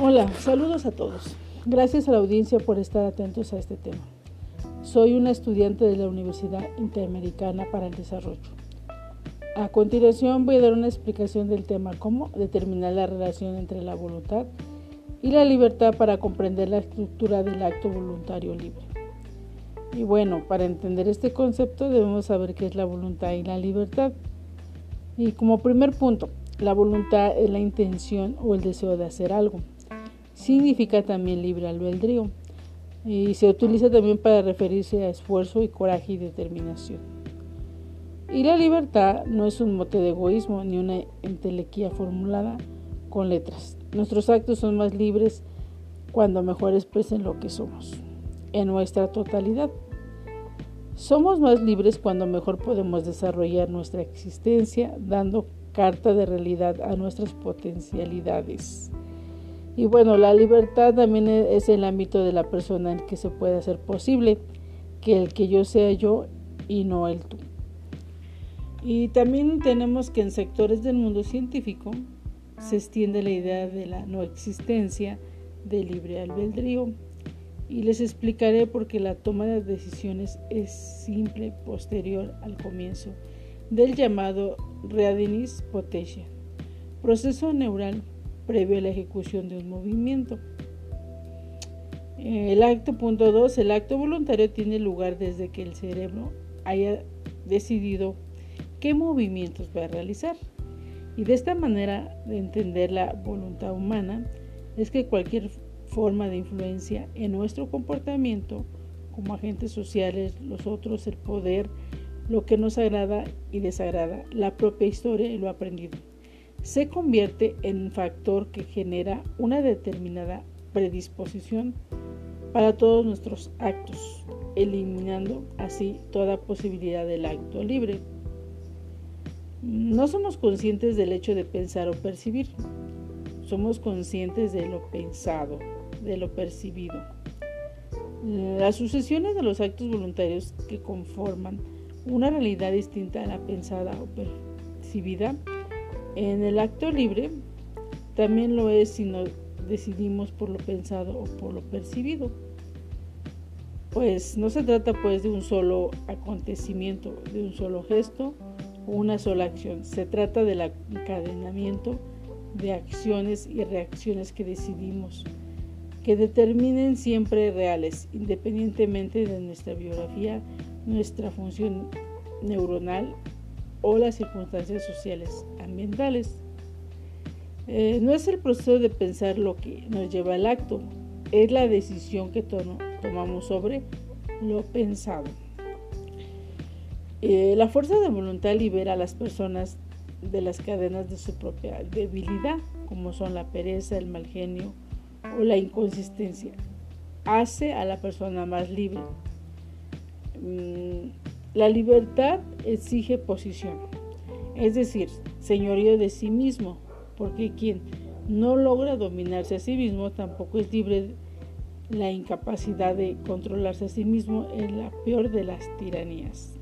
Hola, saludos a todos. Gracias a la audiencia por estar atentos a este tema. Soy una estudiante de la Universidad Interamericana para el Desarrollo. A continuación voy a dar una explicación del tema cómo determinar la relación entre la voluntad y la libertad para comprender la estructura del acto voluntario libre. Y bueno, para entender este concepto debemos saber qué es la voluntad y la libertad. Y como primer punto, la voluntad es la intención o el deseo de hacer algo. Significa también libre albedrío y se utiliza también para referirse a esfuerzo y coraje y determinación. Y la libertad no es un mote de egoísmo ni una entelequia formulada con letras. Nuestros actos son más libres cuando mejor expresen lo que somos, en nuestra totalidad. Somos más libres cuando mejor podemos desarrollar nuestra existencia, dando carta de realidad a nuestras potencialidades. Y bueno, la libertad también es el ámbito de la persona en que se puede hacer posible que el que yo sea yo y no el tú. Y también tenemos que en sectores del mundo científico se extiende la idea de la no existencia del libre albedrío. Y les explicaré por qué la toma de decisiones es simple posterior al comienzo del llamado readiness potentia, proceso neural previo a la ejecución de un movimiento. El acto punto 2, el acto voluntario tiene lugar desde que el cerebro haya decidido qué movimientos va a realizar. Y de esta manera de entender la voluntad humana es que cualquier forma de influencia en nuestro comportamiento como agentes sociales, los otros, el poder, lo que nos agrada y desagrada, la propia historia y lo aprendido, se convierte en un factor que genera una determinada predisposición para todos nuestros actos, eliminando así toda posibilidad del acto libre. No somos conscientes del hecho de pensar o percibir, somos conscientes de lo pensado, de lo percibido. Las sucesiones de los actos voluntarios que conforman una realidad distinta a la pensada o percibida en el acto libre también lo es si no decidimos por lo pensado o por lo percibido. Pues no se trata de un solo acontecimiento, de un solo gesto o una sola acción. Se trata del encadenamiento de acciones y reacciones que decidimos, que determinen siempre reales, independientemente de nuestra biografía, nuestra función neuronal o las circunstancias sociales ambientales. No es el proceso de pensar lo que nos lleva al acto, es la decisión que tomamos sobre lo pensado. La fuerza de voluntad libera a las personas de las cadenas de su propia debilidad, como son la pereza, el mal genio o la inconsistencia. Hace a la persona más libre. La libertad exige posición, es decir, señorío de sí mismo, porque quien no logra dominarse a sí mismo tampoco es libre. La incapacidad de controlarse a sí mismo es la peor de las tiranías.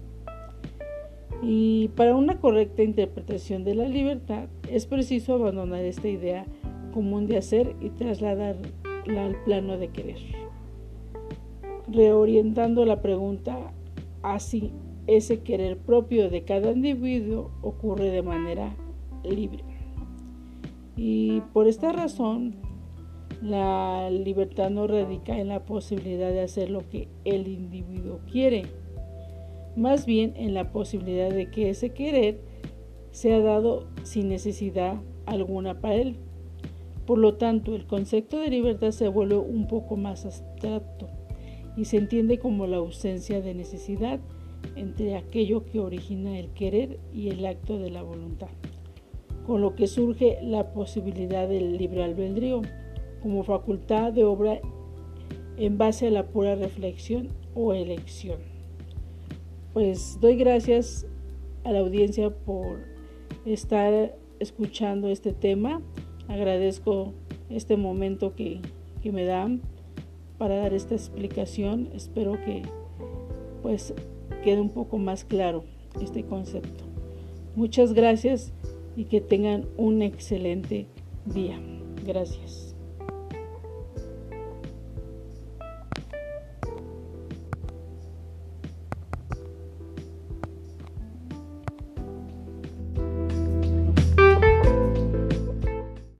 Y para una correcta interpretación de la libertad es preciso abandonar esta idea común de hacer y trasladarla al plano de querer, reorientando la pregunta así: ese querer propio de cada individuo ocurre de manera libre. Y por esta razón, la libertad no radica en la posibilidad de hacer lo que el individuo quiere, más bien en la posibilidad de que ese querer sea dado sin necesidad alguna para él. Por lo tanto, el concepto de libertad se vuelve un poco más abstracto y se entiende como la ausencia de necesidad entre aquello que origina el querer y el acto de la voluntad, con lo que surge la posibilidad del libre albedrío como facultad de obra en base a la pura reflexión o elección. Pues doy gracias a la audiencia por estar escuchando este tema. Agradezco este momento que me dan para dar esta explicación. Espero que quede un poco más claro este concepto. Muchas gracias y que tengan un excelente día. Gracias.